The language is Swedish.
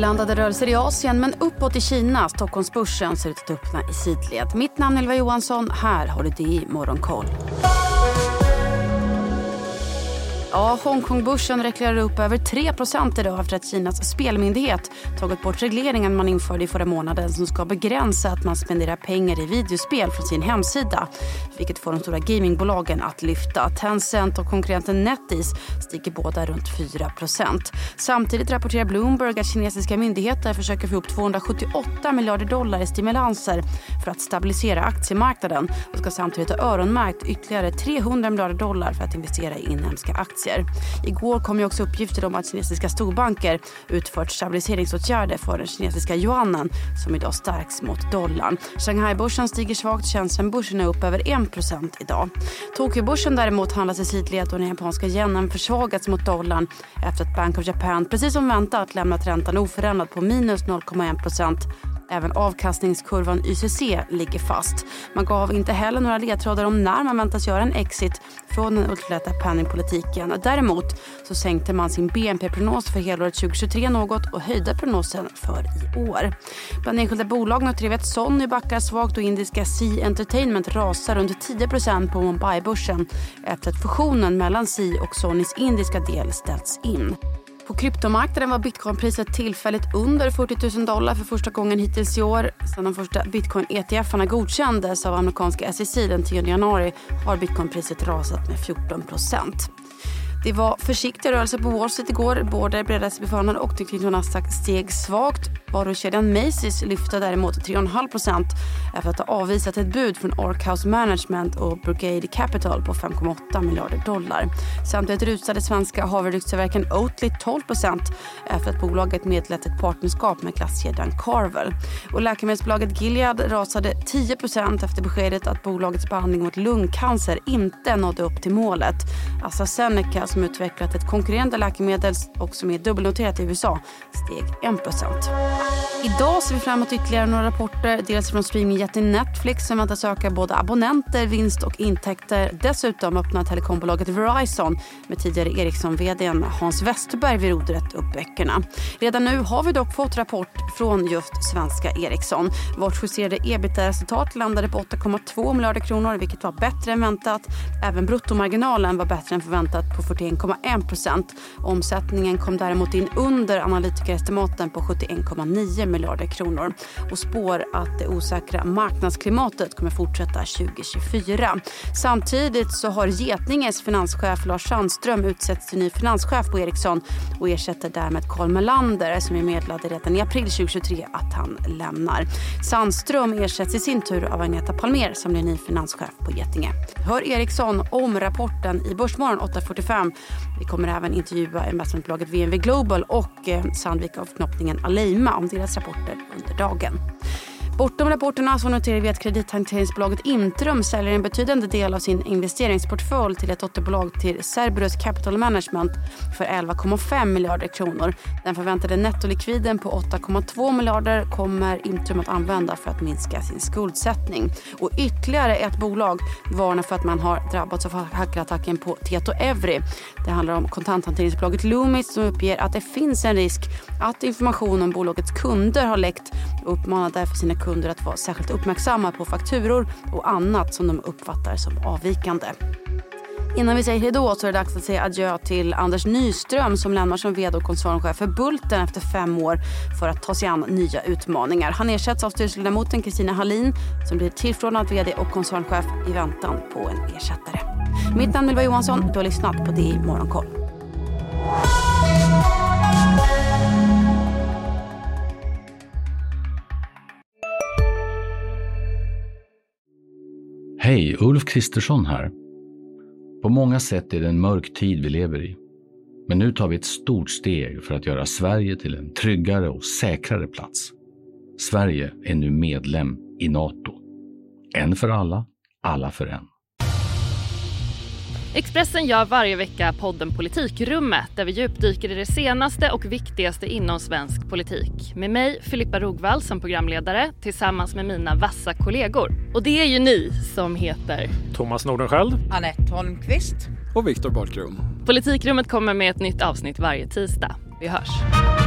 Blandade rörelser i Asien men uppåt i Kina. Stockholmsbörsen ser ut att öppna i sidled. Mitt namn är Ylva Johansson. Här har du det i Morgonkoll. Ja, Hongkongbörsen räknar upp över 3% idag efter att Kinas spelmyndighet tagit bort regleringen man införde i förra månaden som ska begränsa att man spenderar pengar i videospel från sin hemsida, vilket får de stora gamingbolagen att lyfta. Tencent och konkurrenten NetEase stiger båda runt 4%. Samtidigt rapporterar Bloomberg att kinesiska myndigheter försöker få upp $278 miljarder i stimulanser för att stabilisera aktiemarknaden och ska samtidigt ha öronmärkt ytterligare $300 miljarder för att investera i inhemska aktier. Igår kom ju också uppgifter om att kinesiska storbanker utfört stabiliseringsåtgärder för den kinesiska yuanen som idag stärks mot dollarn. Shanghai-börsen stiger svagt, Shenzhen-börsen är upp över 1% idag. Tokyo-börsen däremot handlas i sidled och den japanska yenen försvagats mot dollarn efter att Bank of Japan precis som väntat lämnat räntan oförändrad på minus 0,1%. Även avkastningskurvan YCC ligger fast. Man gav inte heller några ledtrådar om när man väntas göra en exit från den ultralätta penningpolitiken. Däremot så sänkte man sin BNP-prognos för helåret 2023 något och höjde prognosen för i år. Bland enskilda bolag noterar att Sony backar svagt och indiska Sea Entertainment rasar runt 10% på Mumbai-börsen efter att fusionen mellan Sea och Sonys indiska del ställts in. På kryptomarknaden var bitcoinpriset tillfälligt under $40,000 för första gången hittills i år. Sedan de första bitcoin-ETF:arna godkändes av amerikanska SEC den 10 januari har bitcoinpriset rasat med 14%. Det var försiktiga rörelser på Wall Street igår. Både breda S&P-500 och teknik och Nasdaq steg svagt. Varukedjan Macy's lyfte däremot 3,5% efter att ha avvisat ett bud från Arkhouse Management och Brigade Capital på $5,8 miljarder. Samtidigt rusade svenska havredrycksverken Oatly 12% efter att bolaget meddelat ett partnerskap med glasskedjan Carvel. Och läkemedelsbolaget Gilead rasade 10% efter beskedet att bolagets behandling mot lungcancer inte nådde upp till målet. AstraZeneca som utvecklat ett konkurrerande läkemedel och som är dubbelnoterat i USA steg 1%. Idag ser vi fram emot ytterligare några rapporter, dels från streamingjätten Netflix som väntas öka både abonnenter, vinst och intäkter. Dessutom öppnar telekombolaget Verizon med tidigare Ericsson-vd:n Hans Westerberg vid rodret upp böckerna. Redan nu har vi dock fått rapport från just svenska Ericsson. Vårt justerade EBITDA-resultat landade på 8,2 miljarder kronor, vilket var bättre än väntat. Även bruttomarginalen var bättre än förväntat på 41,1%. Omsättningen kom däremot in under analytikerestimaten på 71,9 miljarder kronor och spår att det osäkra marknadsklimatet kommer fortsätta 2024. Samtidigt så har Getinges finanschef Lars Sandström utsetts till ny finanschef på Ericsson och ersätter därmed Carl Melander som är meddelade redan i april 2023 att han lämnar. Sandström ersätts i sin tur av Agneta Palmer som blir ny finanschef på Getinge. Hör Ericsson om rapporten i Börsmorgon 8:45. Vi kommer även intervjua investmentbolaget VNV Global och Sandvik-avknoppningen Aleima om deras rapporter under dagen. Bortom rapporterna så noterar vi att kredithanteringsbolaget Intrum säljer en betydande del av sin investeringsportfölj till ett dotterbolag till Cerberus Capital Management för 11,5 miljarder kronor. Den förväntade nettolikviden på 8,2 miljarder kommer Intrum att använda för att minska sin skuldsättning. Och ytterligare ett bolag varnar för att man har drabbats av hackerattacken på Tietoevry. Det handlar om kontanthanteringsbolaget Loomis som uppger att det finns en risk att information om bolagets kunder har läckt och uppmanar därför sina kunder att vara särskilt uppmärksamma på fakturor och annat som de uppfattar som avvikande. Innan vi säger hejdå så är det dags att säga adjö till Anders Nyström som lämnar som vd och koncernchef för Bulten efter 5 år för att ta sig an nya utmaningar. Han ersätts av styrelseledamoten Kristina Hallin som blir tillförordnad vd och koncernchef i väntan på en ersättare. Mitt namn är Ylva Johansson, du har lyssnat på det i Morgonkoll. Hej, Ulf Kristersson här. På många sätt är det en mörk tid vi lever i. Men nu tar vi ett stort steg för att göra Sverige till en tryggare och säkrare plats. Sverige är nu medlem i NATO. En för alla, alla för en. Expressen gör varje vecka podden Politikrummet där vi djupdyker i det senaste och viktigaste inom svensk politik. Med mig, Filippa Rogvall, som programledare tillsammans med mina vassa kollegor. Och det är ju ni som heter Thomas Nordenskjöld, Anette Holmqvist och Viktor Bartgrum. Politikrummet kommer med ett nytt avsnitt varje tisdag. Vi hörs.